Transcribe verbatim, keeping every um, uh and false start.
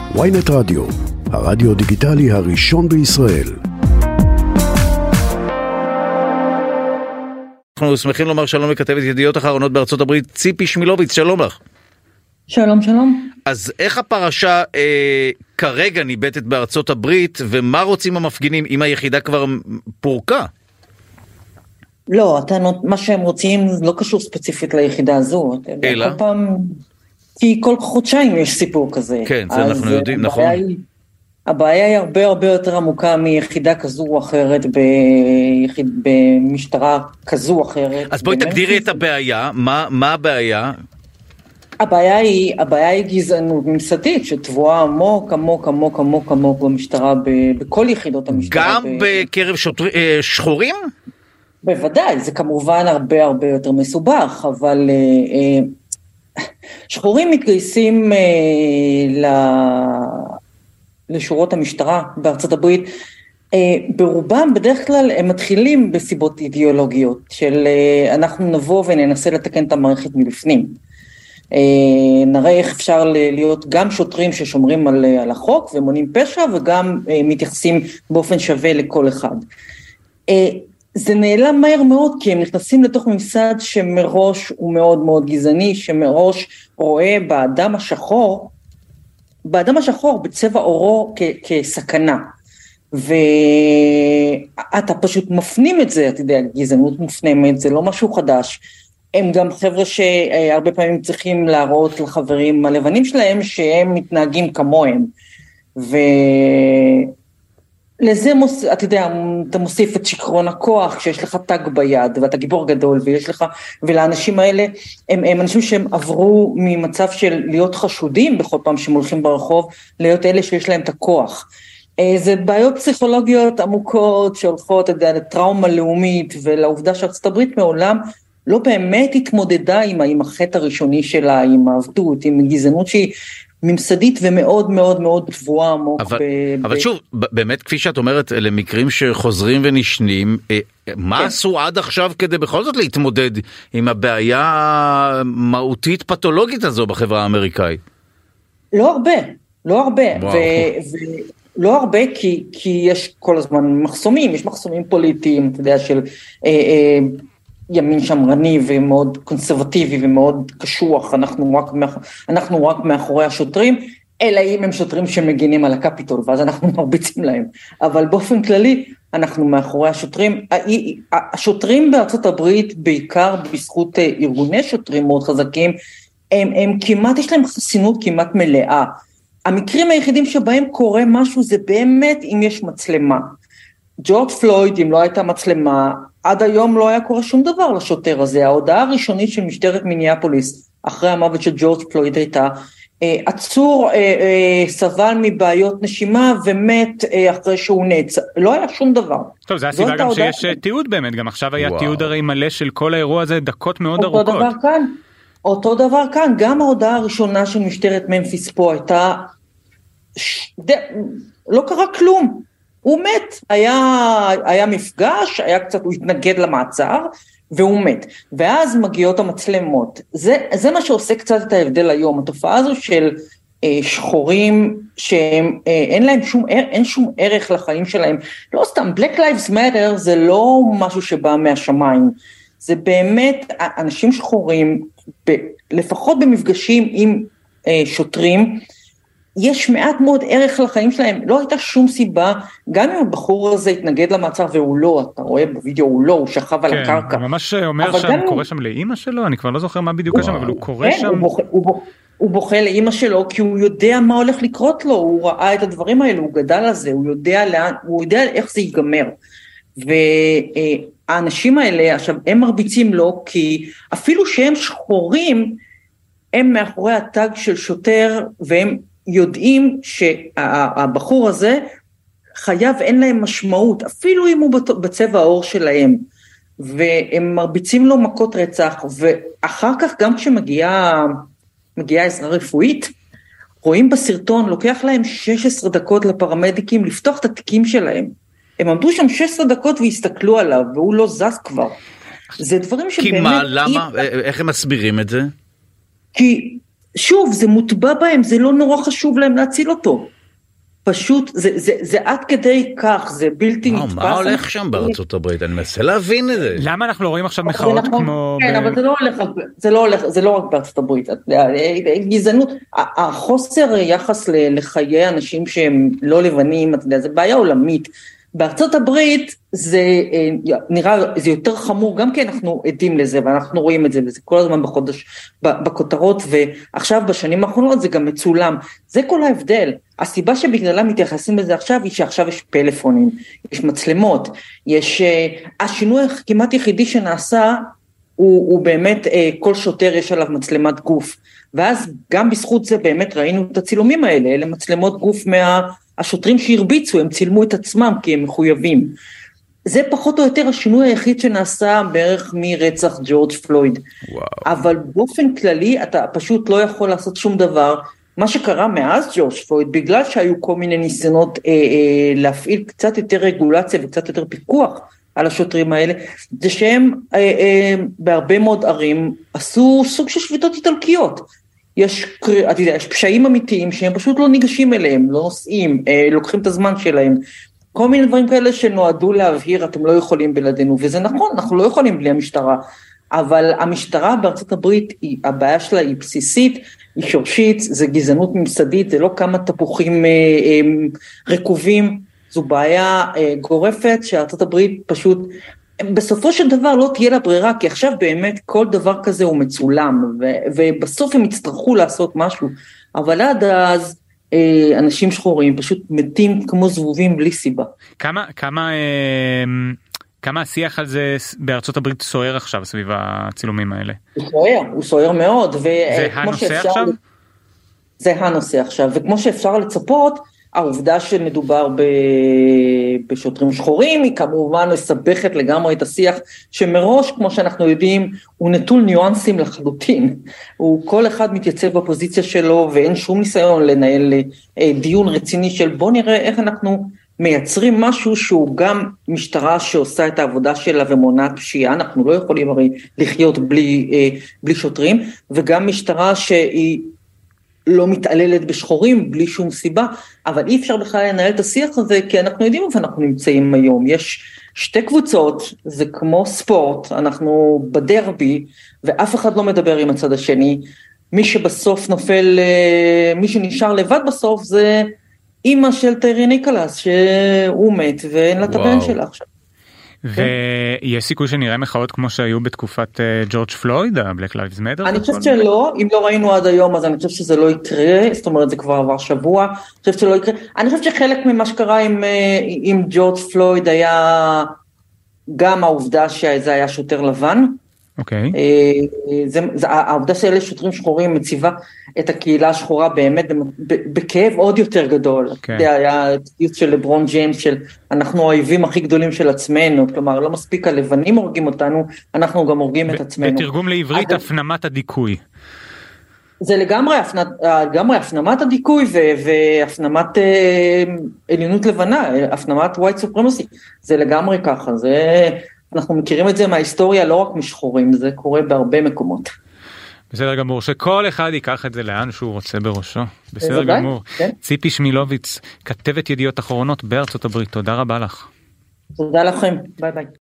וויינט רדיו, הרדיו דיגיטלי הראשון בישראל. אנחנו שמחים לומר שלום לכתבת ידיעות אחרונות בארצות הברית, ציפי שמילוביץ, שלום לך. שלום, שלום. אז איך הפרשה אה, כרגע ניבטת בארצות הברית, ומה רוצים המפגינים אם היחידה כבר פורקה? לא, הטענות, מה שהם רוצים לא קשור ספציפית ליחידה הזו. אלא? כל פעם, כי כל חודשיים יש סיפור כזה. כן, זה אנחנו יודעים, נכון. היא, הבעיה היא הרבה הרבה יותר עמוקה מיחידה כזו או אחרת, ביחיד, במשטרה כזו או אחרת. אז בואי תגדירי את הבעיה, מה, מה הבעיה? הבעיה היא, הבעיה היא גזענות ממסדית, שטבועה עמוק, עמוק, עמוק, עמוק, עמוק במשטרה, בכל יחידות המשטרה. גם בקרב שוטרים, שחורים? בוודאי, זה כמובן הרבה הרבה יותר מסובך, אבל שחורים מתגייסים לשורות המשטרה בארצות הברית, ברובם בדרך כלל הם מתחילים בסיבות אידיאולוגיות, של אנחנו נבוא וננסה לתקן את המערכת מבפנים. נראה איך אפשר להיות גם שוטרים ששומרים על, על החוק ומונים פשע, וגם מתייחסים באופן שווה לכל אחד. זה נעלם מהר מאוד, כי הם נכנסים לתוך ממסד שמראש הוא מאוד מאוד גזעני, שמראש רואה באדם השחור, באדם השחור בצבע אורו כ- כסכנה. ואתה פשוט מפנים את זה, אתה יודע, גזענות מופנמת, זה לא משהו חדש. הם גם חבר'ה שהרבה פעמים צריכים להראות לחברים הלבנים שלהם, שהם מתנהגים כמוהם. ו... לזה, מוס, אתה יודע, אתה מוסיף את שכרון הכוח, כשיש לך תג ביד, ואתה גיבור גדול, ויש לך, ולאנשים האלה, הם, הם אנשים שהם עברו ממצב של להיות חשודים, בכל פעם שהם הולכים ברחוב, להיות אלה שיש להם את הכוח. זה בעיות פסיכולוגיות עמוקות, שהולכות, אתה יודע, לטראומה לאומית, ולעובדה שארצות הברית מעולם, לא באמת התמודדה עם, עם החטא הראשוני שלה, עם העבדות, עם גזענות שהיא, ממסדית ומאוד מאוד מאוד טבועה עמוק. אבל, ב- אבל ב- שוב, באמת כפי שאת אומרת, אלה מקרים שחוזרים ונשנים, מה כן. עשו עד עכשיו כדי בכל זאת להתמודד עם הבעיה המהותית פתולוגית הזו בחברה האמריקאית? לא הרבה, לא הרבה. וואו. ו- ו- לא הרבה כי, כי יש כל הזמן מחסומים, יש מחסומים פוליטיים, אתה יודע, של אה, אה, ימין שמרני ומאוד קונסרבטיבי ומאוד קשוח, אנחנו רק, מאח... אנחנו רק מאחורי השוטרים, אלא אם הם שוטרים שמגינים על הקפיטול, ואז אנחנו מרביצים להם. אבל באופן כללי, אנחנו מאחורי השוטרים. השוטרים בארצות הברית, בעיקר בזכות ארגוני שוטרים מאוד חזקים, הם, הם כמעט, יש להם חסינות כמעט מלאה. המקרים היחידים שבהם קורה משהו, זה באמת אם יש מצלמה. ג'ורג' פלויד, אם לא הייתה מצלמה, עד היום לא היה קורה שום דבר לשוטר הזה. ההודעה הראשונית של משטרת מיניאפוליס, אחרי המוות של ג'ורג' פלויד הייתה, עצור סבל מבעיות נשימה ומת אחרי שהוא נעצר. לא היה שום דבר. טוב, זה הסיבה גם שיש תיעוד באמת, גם עכשיו היה תיעוד הרי מלא של כל האירוע הזה, דקות מאוד ארוכות. אותו דבר כאן, אותו דבר כאן, גם ההודעה הראשונה של משטרת ממפיס פה הייתה, לא קרה כלום. הוא מת, היה, היה מפגש, היה קצת, הוא התנגד למעצר, והוא מת. ואז מגיעות המצלמות. זה, זה מה שעושה קצת את ההבדל היום. התופעה הזו של אה, שחורים, שאין אה, להם שום, אין שום ערך לחיים שלהם. לא סתם, Black Lives Matter זה לא משהו שבא מהשמיים. זה באמת, אנשים שחורים, ב, לפחות במפגשים עם אה, שוטרים, יש מעט מאוד ערך לחיים שלהם, לא הייתה שום סיבה, גם אם הבחור הזה התנגד למעצר והוא לא, אתה רואה בווידאו הוא לא, הוא שכב על הקרקע. כן, ממש אומר שם, קורא שם לאמא שלו, אני כבר לא זוכר מה בדיוק שם, אבל הוא קורא שם. הוא בוכה לאמא שלו, כי הוא יודע מה הולך לקרות לו, הוא ראה את הדברים האלו, הוא גדל על זה, הוא יודע, לאן, הוא יודע איך זה ייגמר. והאנשים האלה, עכשיו, הם מרביצים לו, כי אפילו שהם שחורים, הם מאחורי הטג של שוטר, והם יודעים שהבחור הזה חייב, אין להם משמעות, אפילו אם הוא בצבע העור שלהם, והם מרביצים לו מכות רצח, ואחר כך גם כשמגיעה מגיעה עזרה רפואית, רואים בסרטון, לוקח להם שש עשרה דקות לפרמדיקים לפתוח את התיקים שלהם, הם עמדו שם שש עשרה דקות והסתכלו עליו, והוא לא זז כבר. זה דברים שבאמת... כי מה, למה? איך הם מסבירים את זה? כי שוב, זה מוטבע בהם, זה לא נורא חשוב להם להציל אותו. פשוט, זה, זה, זה עד כדי כך, זה בלתי נתפס. מה הולך שם בארצות הברית? אני מנסה להבין את זה. למה אנחנו לא רואים עכשיו מחאות כמו... כן, אבל זה לא הולך, זה לא הולך, זה לא רק בארצות הברית. גזענות, החוסר יחס לחיי אנשים שהם לא לבנים, אתה יודע, זה בעיה עולמית. בארצות הברית זה נראה, זה יותר חמור, גם כי אנחנו עדים לזה, ואנחנו רואים את זה, וזה כל הזמן בחודש, בכותרות, ועכשיו בשנים האחרונות זה גם מצולם. זה כל ההבדל. הסיבה שבגללה מתייחסים לזה עכשיו, היא שעכשיו יש פלאפונים, יש מצלמות, יש, השינוי כמעט יחידי שנעשה, הוא, הוא באמת, כל שוטר יש עליו מצלמת גוף, ואז גם בזכות זה באמת ראינו את הצילומים האלה, אלה מצלמות גוף מה... השוטרים שהרביצו, הם צילמו את עצמם כי הם מחויבים. זה פחות או יותר השינוי היחיד שנעשה בערך מרצח ג'ורג' פלויד. וואו. אבל באופן כללי אתה פשוט לא יכול לעשות שום דבר. מה שקרה מאז ג'ורג' פלויד, בגלל שהיו כל מיני ניסיונות אה, אה, להפעיל קצת יותר רגולציה וקצת יותר פיקוח על השוטרים האלה, זה שהם אה, אה, בהרבה מאוד ערים עשו סוג של שביתות איטלקיות. יש, אתה יודע, יש פשעים אמיתיים שהם פשוט לא ניגשים אליהם, לא נוסעים, אה, לוקחים את הזמן שלהם, כל מיני דברים כאלה שנועדו להבהיר, אתם לא יכולים בלעדינו, וזה נכון, אנחנו לא יכולים בלי המשטרה, אבל המשטרה בארצות הברית, היא, הבעיה שלה היא בסיסית, היא שורשית, זה גזענות ממסדית, זה לא כמה תפוחים אה, אה, רקובים, זו בעיה אה, גורפת, שארצות הברית פשוט, בסופו של דבר לא תהיה לה ברירה, כי עכשיו באמת כל דבר כזה הוא מצולם, ו- ובסוף הם יצטרכו לעשות משהו, אבל עד אז אה, אנשים שחורים פשוט מתים כמו זבובים בלי סיבה. כמה, כמה, אה, כמה השיח על זה בארצות הברית סוער עכשיו סביב הצילומים האלה? הוא סוער, הוא סוער מאוד. ו- זה הנושא שאפשר, עכשיו? זה הנושא עכשיו, וכמו שאפשר לצפות, העובדה שמדובר ב... בשוטרים שחורים, היא כמובן מסבכת לגמרי את השיח, שמראש, כמו שאנחנו יודעים, הוא נטול ניואנסים לחלוטין. הוא כל אחד מתייצב בפוזיציה שלו, ואין שום ניסיון לנהל דיון רציני של בוא נראה איך אנחנו מייצרים משהו שהוא גם משטרה שעושה את העבודה שלה ומונעת פשיעה, אנחנו לא יכולים הרי לחיות בלי, בלי שוטרים, וגם משטרה שהיא לא מתעללת בשחורים בלי שום סיבה, אבל אי אפשר בכלל לנהל את השיח הזה, כי אנחנו יודעים איפה אנחנו נמצאים היום. יש שתי קבוצות, זה כמו ספורט, אנחנו בדרבי, ואף אחד לא מדבר עם הצד השני. מי שבסוף נופל, מי שנשאר לבד בסוף, זה אמא של טיירי ניקולס, שהוא מת, ואין לה את הבן שלה עכשיו. ויש סיכוי שנראה מחאות כמו שהיו בתקופת ג'ורג' פלויד, ה-Black Lives Matter? אני חושבת שלא, אם לא ראינו עד היום, אז אני חושבת שזה לא יקרה, זאת אומרת, זה כבר עבר שבוע, אני חושבת שלא יקרה. אני חושבת שחלק ממה שקרה עם, עם ג'ורג' פלויד היה גם העובדה שזה היה שוטר לבן. אוקיי. זה, זה, העובדה שאלה שוטרים שחורים מציבה את הקהילה השחורה באמת בכאב עוד יותר גדול. כן. זה היה ציוץ של לברון ג'יימס של אנחנו האויבים הכי גדולים של עצמנו, כלומר לא מספיק הלבנים הורגים אותנו, אנחנו גם הורגים את עצמנו. בתרגום לעברית הפנמת הדיכוי. זה לגמרי, לגמרי הפנמת הדיכוי והפנמת עליונות לבנה, הפנמת white supremacy, זה לגמרי ככה, זה... אנחנו מכירים את זה מההיסטוריה, לא רק משחורים, זה קורה בהרבה מקומות. בסדר גמור, שכל אחד ייקח את זה לאן שהוא רוצה בראשו. בסדר גמור. כן. ציפי שמילוביץ, כתבת ידיעות אחרונות בארצות הברית, תודה רבה לך. תודה לכם, ביי ביי.